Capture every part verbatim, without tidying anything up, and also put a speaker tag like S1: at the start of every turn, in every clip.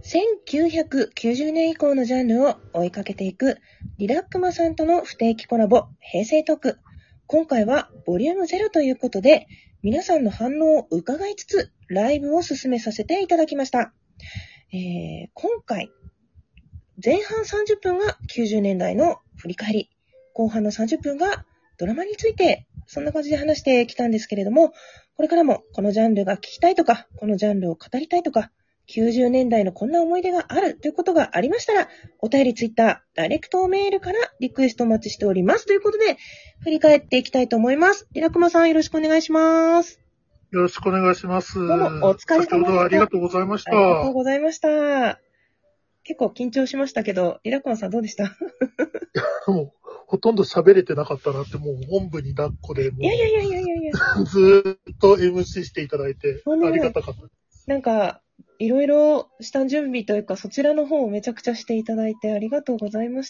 S1: せんきゅうひゃくきゅうじゅうねん以降のジャンルを追いかけていくリラックマさんとの不定期コラボ平成トーク。今回はボリュームゼロということで皆さんの反応を伺いつつライブを進めさせていただきました。えー、今回前半さんじゅっぷんがきゅうじゅうねんだいの振り返り、後半のさんじゅっぷんがドラマについてそんな感じで話してきたんですけれども、これからもこのジャンルが聞きたいとか、このジャンルを語りたいとか、きゅうじゅうねんだいのこんな思い出があるということがありましたら、お便り、ツイッター、ダイレクトメールからリクエストお待ちしております。ということで、振り返っていきたいと思います。リラクマさん、よろしくお願いします。
S2: よろしくお願いします。
S1: どうも、お疲れ様でした。
S2: 先ほどはありがとうございました。
S1: ありがとうございました。結構緊張しましたけど、リラクマさんどうでした？
S2: もう、ほとんど喋れてなかったなって、もう本部に抱っこで、もう
S1: いやいやいやいやいやいや。
S2: ずーっと エムシー していただいて、ありがたかった。
S1: なんか、いろいろ下準備というか、そちらの方をめちゃくちゃしていただいてありがとうございました。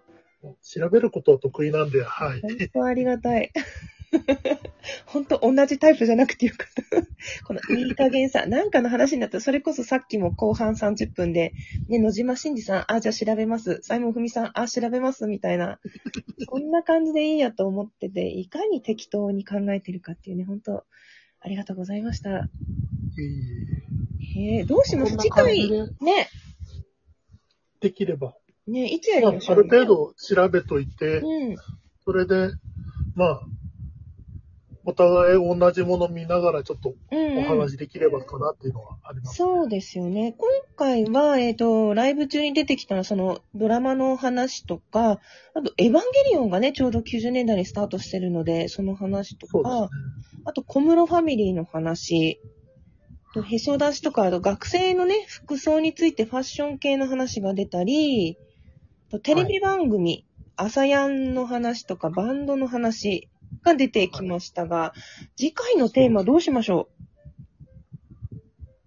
S2: 調べることは得意なんで、はい。
S1: 本当ありがたい。本当同じタイプじゃなくてよかった。このいい加減さ、なんかの話になったら、それこそさっきも後半さんじゅっぷんで、ね、野島真司さん、あ、じゃあ調べます。サイモン文さん、あ、調べます。みたいな。そんな感じでいいやと思ってて、いかに適当に考えてるかっていうね、本当ありがとうございました。
S2: い
S1: いへえ、どうします？次回、ね。
S2: できれば。
S1: ね、いつやりましょう、ね、
S2: まあ、ある程度調べといて、
S1: うん、
S2: それで、まあ、お互い同じもの見ながらちょっとお話できればかなっていうのはあります、
S1: ね、うんうん。そうですよね。今回は、えっと、ライブ中に出てきたそのドラマの話とか、あとエヴァンゲリオンがね、ちょうどきゅうじゅうねんだいにスタートしてるので、その話とか、ね、あと小室ファミリーの話、とへそ出しとか、あと学生のね、服装についてファッション系の話が出たり、とテレビ番組、はい、朝やんの話とかバンドの話が出てきましたが、はい、次回のテーマどうしましょう？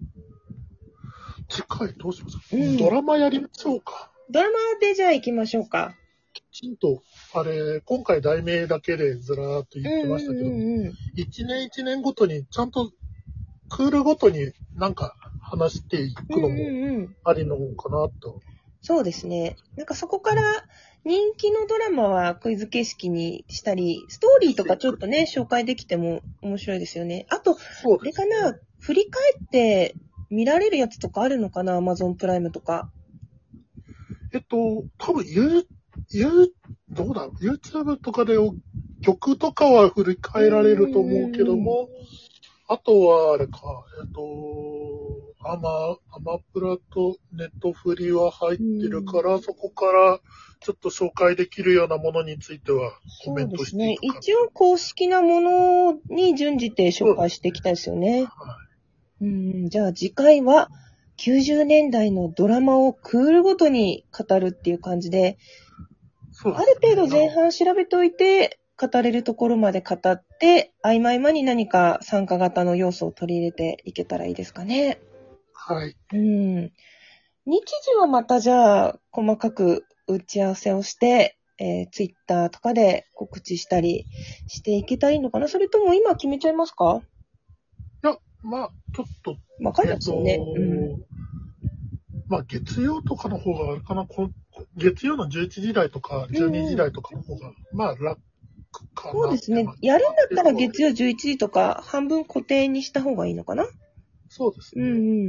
S2: 次回どうしましょう、うん、ドラマやりましょうか。
S1: ドラマでじゃあ行きましょうか。
S2: きちんと、あれ、今回題名だけでずらーっと言ってましたけど、うんうんうん、一年一年ごとにちゃんとクールごとになんか話していくのもありの方かなと、うんうんうん。
S1: そうですね。なんかそこから人気のドラマはクイズ形式にしたり、ストーリーとかちょっとね、紹介できても面白いですよね。あと、あれかな、振り返って見られるやつとかあるのかな、Amazon プライムとか。
S2: えっと、多分、ユー、ユー、どうだろう、YouTube とかで曲とかは振り返られると思うけども、あとは、あれか、えっと、アマ、アマプラとネットフリは入ってるから、そこからちょっと紹介できるようなものについてはコメントしていくか。
S1: そうですね。一応公式なものに準じて紹介していきたいですよね。はい、うん、じゃあ次回はきゅうじゅうねんだいのドラマをクールごとに語るっていう感じで、そうですね、ある程度前半調べておいて、語れるところまで語って、合間合間に何か参加型の要素を取り入れていけたらいいですかね。
S2: はい。
S1: うん。日時はまたじゃあ、細かく打ち合わせをして、えー、ツイッターとかで告知したりしていけたらいいのかな？それとも今決めちゃいますか？
S2: いや、まあ、ちょっと。
S1: わかりますよね。
S2: えっと、うん、まあ、月曜とかの方があれかな、月曜のじゅういちじ台とかじゅうにじ台とかの方が、うん、まあ、楽かな。
S1: そうですね。やるんだったら月曜じゅういちじとか半分固定にした方がいいのかな？
S2: そうですね。
S1: うんうん。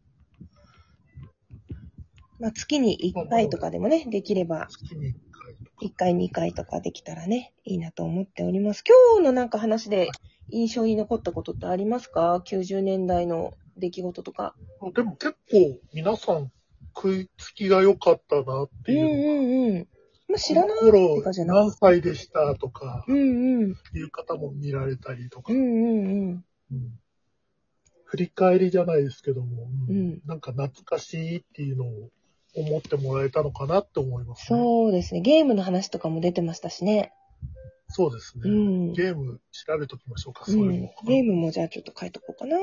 S1: まあ、月にいっかいとかでもね、できれば、
S2: 月にいっかいとか。
S1: いっかい、にかいとかできたらね、いいなと思っております。今日のなんか話で印象に残ったことってありますか？ きゅうじゅう 年代の出来事とか。
S2: でも結構皆さん食いつきが良かったなっていうのが。
S1: うんうんうん。まあ、知らない
S2: ってかじゃなくて。何歳でしたとか、
S1: うんうん。
S2: いう方も見られたりとか。
S1: うんうんうん。
S2: うん、振り返りじゃないですけども、
S1: うん、
S2: なんか懐かしいっていうのを思ってもらえたのかなって思います、
S1: ね。そうですね。ゲームの話とかも出てましたしね。
S2: そうですね。うん、ゲーム調べときましょうか、それも、うん。
S1: ゲームもじゃあちょっと書いとこうかな。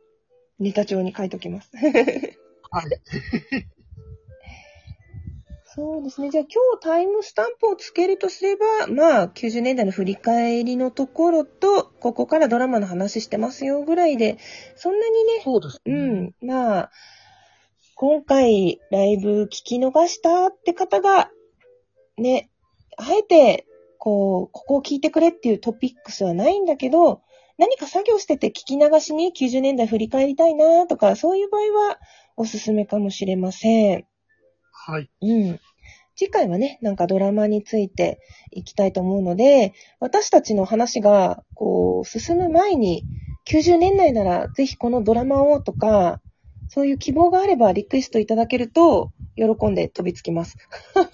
S1: ネタ帳に書いときます。
S2: はい。
S1: そうですね。じゃあ今日タイムスタンプをつけるとすれば、まあきゅうじゅうねんだいの振り返りのところと、ここからドラマの話してますよぐらいで、そんなにね、
S2: そうですね。
S1: うん、まあ、今回ライブ聞き逃したって方が、ね、あえて、こう、ここを聞いてくれっていうトピックスはないんだけど、何か作業してて聞き流しにきゅうじゅうねんだい振り返りたいなとか、そういう場合はおすすめかもしれません。
S2: はい。
S1: うん。次回はね、なんかドラマについていきたいと思うので、私たちの話が、こう、進む前に、きゅうじゅうねんだいならぜひこのドラマをとか、そういう希望があればリクエストいただけると、喜んで飛びつきます。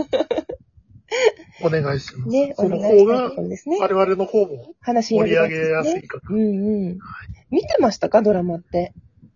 S2: お願いします。
S1: ね、
S2: その
S1: お願いし
S2: 方が
S1: たいところですね。
S2: 我々の方も
S1: 話
S2: 盛り上げやすいかな。
S1: うんうん。見てましたか、ドラマって。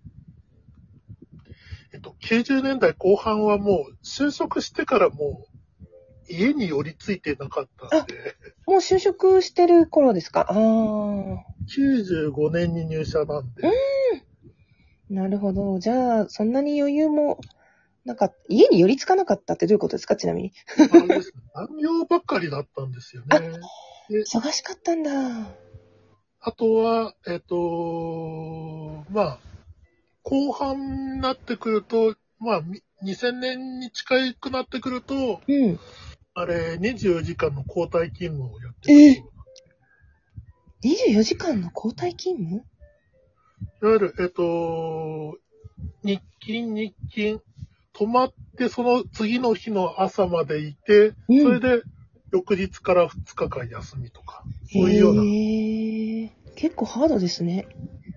S2: えっと、きゅうじゅうねんだいこう半はもう就職してからもう家に寄りついてなかったんで。
S1: もう就職してる頃ですか。ああ。
S2: きゅうじゅうごねんに入社なんで。
S1: うーん。なるほど。じゃあ、そんなに余裕も、なんか、家に寄りつかなかったってどういうことですか、ちなみに。
S2: あれですね。残業ばっかりだったんですよね。で
S1: 忙しかったんだ。
S2: あとは、えっと、まあ、後半になってくると、まあ、みにせんねんに近くなってくると、
S1: うん。
S2: あれ、にじゅうよじかんの交代勤務をやって
S1: え
S2: る。
S1: にじゅうよじかんの交代勤務？
S2: いわゆる、えっと、日勤、日勤、泊まってその次の日の朝までいて、
S1: うん
S2: それで翌日からふつかかん休みとか、そういうような、
S1: へえ。結構ハードですね。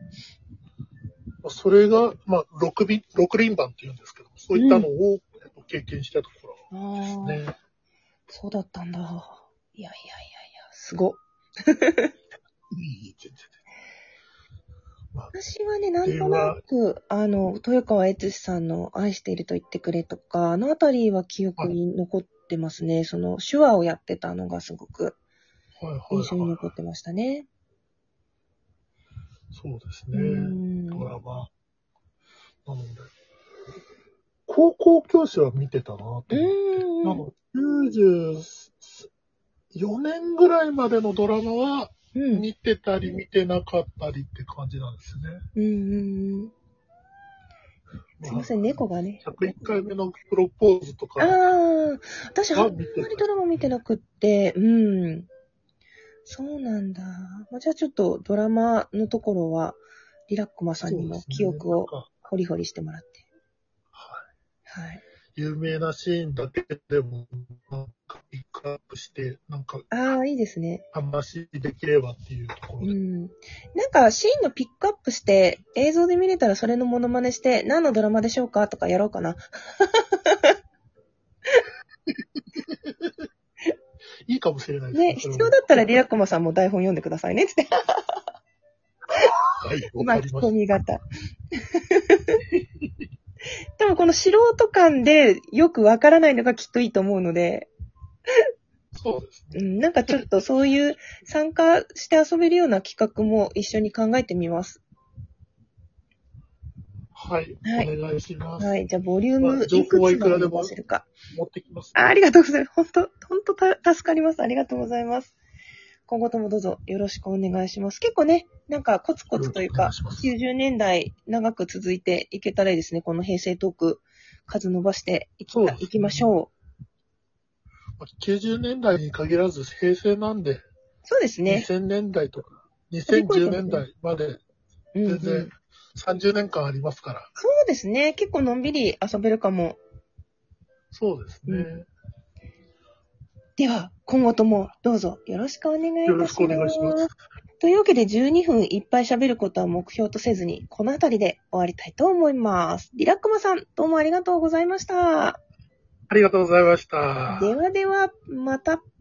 S2: それが、まあ、六輪、六輪番って言うんですけども、そういったのを、えっと経験したところですね。
S1: ああ、そうだったんだ。いやいやいやいや、すご。
S2: いい、全然。まあ、
S1: 私はね、なんとなく、あの、豊川悦司さんの愛していると言ってくれとか、あのあたりは記憶に残ってますね。その手話をやってたのがすごく
S2: はいはい
S1: 印象に
S2: はい。
S1: 残ってましたね。
S2: そうです
S1: うー
S2: ね。
S1: ん。
S2: ドラマ。なので、高校教師は見てたなと思って。
S1: うーん。
S2: なので、きゅうじゅうよねんぐらいまでのドラマは、
S1: うん。
S2: 見てたり見てなかったりって感じなんですね。
S1: うんうんうん。すいません、猫がね。
S2: ひゃくいっかいめのプロポーズとか。
S1: ああ、私あんまりドラマ見てなくって、うん。そうなんだ。まあ、じゃあちょっとドラマのところは、リラックマさんにも記憶をホリホリしてもらって。
S2: はい。
S1: はい。
S2: 有名なシーンだけでも、なんかピックアップして、なんか、
S1: ああ、いいですね。
S2: 話できればっていうところで。
S1: うん。なんかシーンのピックアップして、映像で見れたらそれのモノマネして、何のドラマでしょうかとかやろうかな。
S2: いいかもしれないですね。
S1: ね、必要だったらリラックマさんも台本読んでくださいね、つって。
S2: はい、わかり
S1: 巻き
S2: まし
S1: 込み型。でもこの素人感でよくわからないのがきっといいと思うので、
S2: た。そうですね。
S1: うん、なんかちょっとそういう参加して遊べるような企画も一緒に考えてみます。
S2: はい、
S1: はい
S2: お願いします。
S1: はい。じゃあ、ボリュー
S2: ま
S1: ム
S2: あ情報はいくらでも
S1: いくつまで出せるか。
S2: 持ってきます。
S1: あありがとうございます。本当本当た助かります。ありがとうございます。今後ともどうぞよろしくお願いします。結構ね、なんかコツコツというか、きゅうじゅうねんだい長く続いていけたらいいですね。この平成トーク、数伸ばしていきた、
S2: そうですね
S1: いきましょう。
S2: きゅうじゅうねんだいに限らず平成なんで、
S1: そうですね。
S2: にせんねんだいとか、にせんじゅうねんだいまで
S1: うんうん、
S2: 全然さんじゅうねんかんありますから。
S1: そうですね。結構のんびり遊べるかも。
S2: そうですね。
S1: うんでは、今後ともどうぞよろしくお願いいたします。
S2: よろしくお願いします。
S1: というわけでじゅうにふんいっぱい喋ることは目標とせずに、この辺りで終わりたいと思います。リラックマさん、どうもありがとうございました。
S2: ありがとうございました。
S1: ではでは、また。